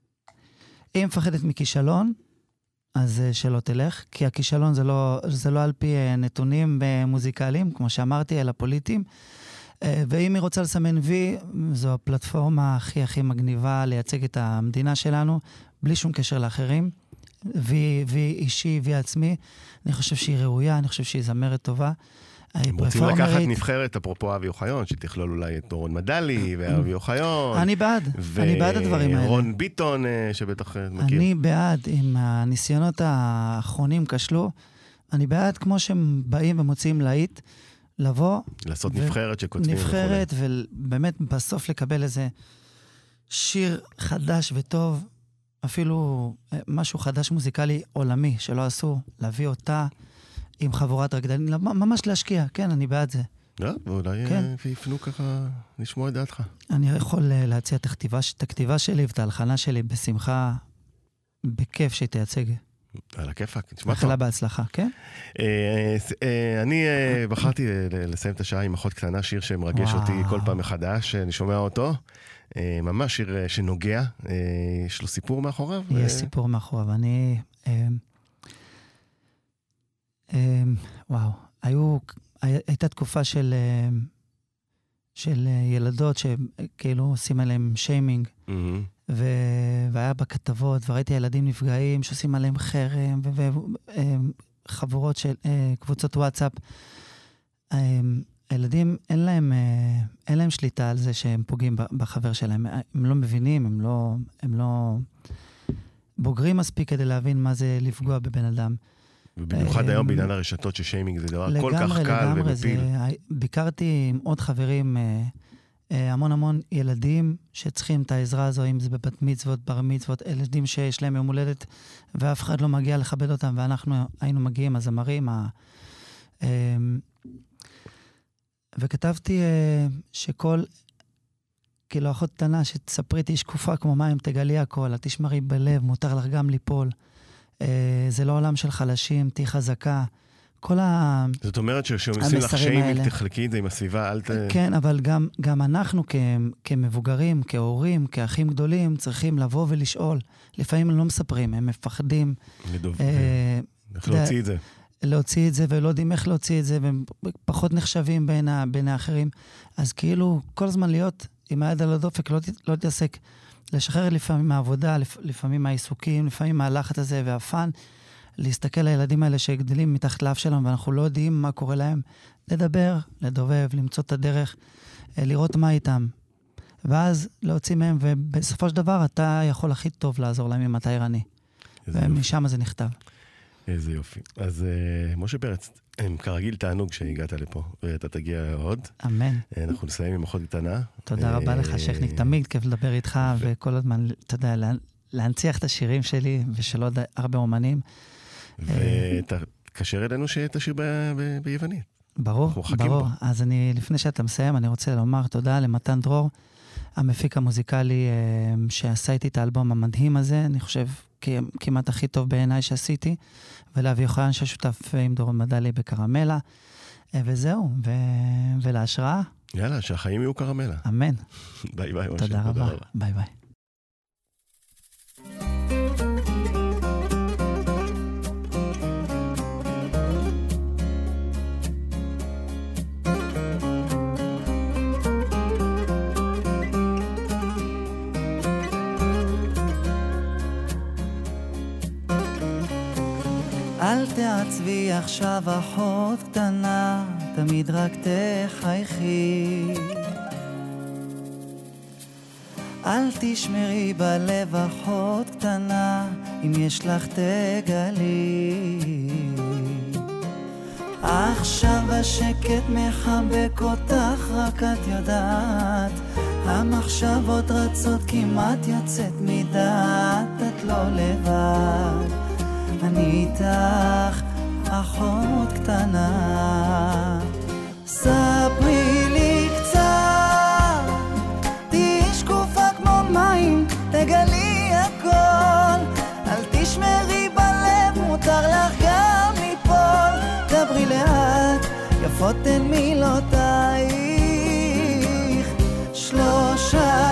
מפחדת מכישלון, אז שלא תלך, כי הכישלון זה לא, זה לא על פי נתונים מוזיקליים, כמו שאמרתי, אלא פוליטיים. ואם היא רוצה לסמן וי, זו הפלטפורמה הכי הכי מגניבה לייצג את המדינה שלנו, בלי שום קשר לאחרים. וי, וי אישי, וי עצמי. אני חושב שהיא ראויה, אני חושב שהיא זמרת טובה. הם רוצים לקחת נבחרת, אפרופו אבי אוחיון, שתכלול אולי את דורון מדלי ואבי אוחיון. אני בעד, אני בעד הדברים האלה. ורון ביטון, שבטח מכיר. אני בעד, אם הניסיונות האחרונים כשלו, אני בעד כמו שהם באים ומוציאים להיט, לבוא. לעשות נבחרת שכותבים. נבחרת, ובאמת בסוף לקבל איזה שיר חדש וטוב, אפילו משהו חדש מוזיקלי עולמי שלא עשו, להביא אותה עם חבורת רקדנים, ממש להשקיע, כן, אני בעד זה. לא, ואולי כן. יפנו ככה לשמוע את דעתך. אני יכול להציע את הכתיבה, את הכתיבה שלי ואת ההלחנה שלי בשמחה, בכיף שתייצג. על הכיפק, נשמע טוב. מאחלה בהצלחה, כן? אני בחרתי לסיים את השעה עם אחות קטנה, שיר שמרגש אותי כל פעם מחדש, אני שומע אותו. ממש שיר שנוגע, יש לו סיפור מאחוריו? יש סיפור מאחוריו, אני... וואו, היו... הייתה תקופה של... של ילדות שכאילו עושים עליהם שיימינג, ו... והיה בכתבות, וראיתי ילדים נפגעים שעושים עליהם חרם, וחבורות של קבוצות וואטסאפ. הילדים, אין להם, אין להם שליטה על זה שהם פוגעים בחבר שלהם. הם לא מבינים, הם לא, הם לא בוגרים מספיק כדי להבין מה זה לפגוע בבן אדם. ובמיוחד היום בעניין הרשתות ששיימינג זה דבר כל כך קל ומפיל. ביקרתי עם עוד חברים, המון המון ילדים שצריכים את העזרה הזו, אם זה בבת מצוות, בר מצוות, ילדים שיש להם יום הולדת, ואף אחד לא מגיע לכבד אותם, ואנחנו היינו מגיעים, הזמרים, וכתבתי שכל, כאילו אחות קטנה, שתספרי תהי שקופה כמו מים, תגלי הכל, את תשמרי בלב, מותר לך גם ליפול. זה לא עולם של חלשים, תהי חזקה. כל ה... זאת אומרת שכשעושים לך שיימינג, תחלקי את זה עם הסביבה, אל ת... כן, אבל גם, גם אנחנו כ, כמבוגרים, כהורים, כאחים גדולים, צריכים לבוא ולשאול. לפעמים הם לא מספרים, הם מפחדים. לדוב, אה, איך להוציא את זה? להוציא את זה, ולא יודעים איך להוציא את זה, והם פחות נחשבים בין, ה, בין האחרים. אז כאילו, כל הזמן להיות עם היד על הדופק, לא, לא תעסק, לשחרר לפעמים מהעבודה, לפעמים מהעיסוקים, לפעמים מהלחץ הזה והפן, להסתכל על הילדים האלה שגדלים מתחת לאף שלנו, ואנחנו לא יודעים מה קורה להם, לדבר, לדובב, למצוא את הדרך, לראות מה איתם. ואז להוציא מהם, ובסופו של דבר אתה יכול הכי טוב לעזור להם אם אתה עירני. ומשם זה נכתב. איזה יופי. אז משה פרץ, כרגיל תענוג שהגעת לפה, ואתה תגיע עוד. אמן. אנחנו נסיים עם אחות קטנה. תודה רבה לך, שכניק. תמיד כיף לדבר איתך, וכל הזמן, אתה יודע, להנציח את השירים שלי, ושל עוד הרבה אומנים. ותקשר אלינו שתשיר ביוונית. ברור, ברור. אז אני, לפני שאתה מסיים, אני רוצה לומר תודה למתן דרור, המפיק המוזיקלי שעשה איתי את האלבום המדהים הזה, אני חושב כמעט הכי טוב בעיניי שעשיתי, ולאבי יוחנן ששותף עם דורון מדלי בקרמלה, וזהו, ולהשראה. יאללה, שהחיים יהיו קרמלה. אמן. ביי ביי. תודה רבה. ביי ביי. אל תעצבי עכשיו אחות קטנה, תמיד רק תחייכי. אל תשמרי בלב אחות קטנה, אם יש לך תגלי. עכשיו השקט מחבק אותך, רק את יודעת, המחשבות רצות כמעט יוצאת מדעת, את לא לבד. אני איתך, אחות קטנה, ספרי לי קצת, תהי שקופה כמו מים, תגלי הכל, אל תשמרי בלב, מותר לך גם ליפול, דברי לאט, יפות הן מילותייך, שלושה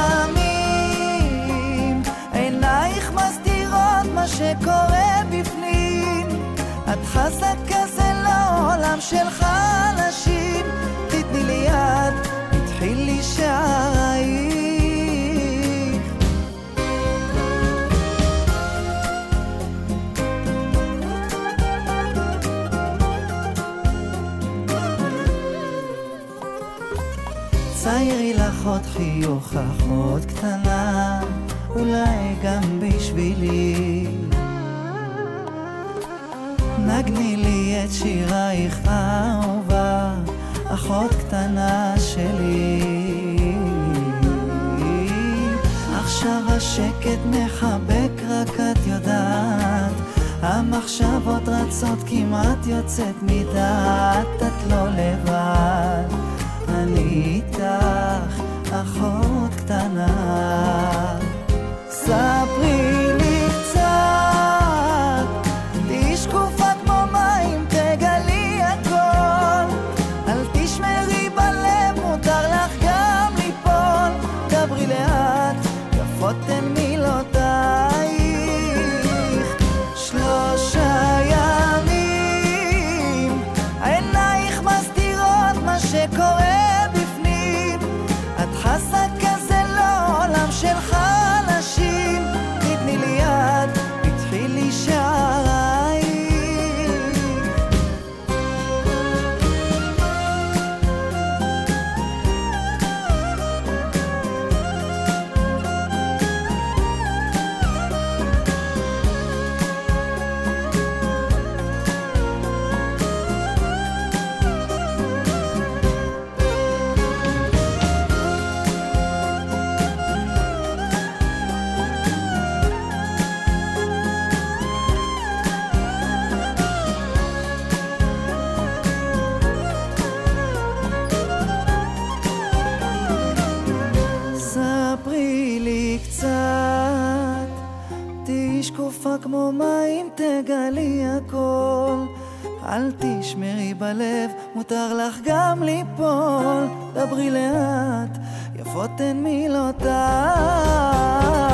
ימים, עינייך מסתירות מה שקורה בפנים, את חזקה זה לא עולם של חלשים, תתני לי יד, התחיל לי שערייך. ציירי לך עוד חיוך אחות קטנה, אולי גם בשבילי, נגני לי את שירייך אהובה, אחות קטנה שלי. עכשיו השקט מחבק רק את יודעת, המחשבות רצות כמעט יוצאת מדעת, את לא לבד, אני איתך אחות קטנה. ספרי לי קצת, תהי שקופה כמו מים, תגלי הכל, אל תשמרי בלב, מותר לך גם ליפול, דברי לאט, יפות הן מילותייך, שלושה ימים עינייך מסתירות מה שקורה בפנים, את חסה כזה לא עולם של חלשים, תתני לי יד, תתחיל לי שערייך. כמו מים תגלי הכל, אל תשמרי בלב, מותר לך גם ליפול, דברי לאט, יפות הן מילותיי.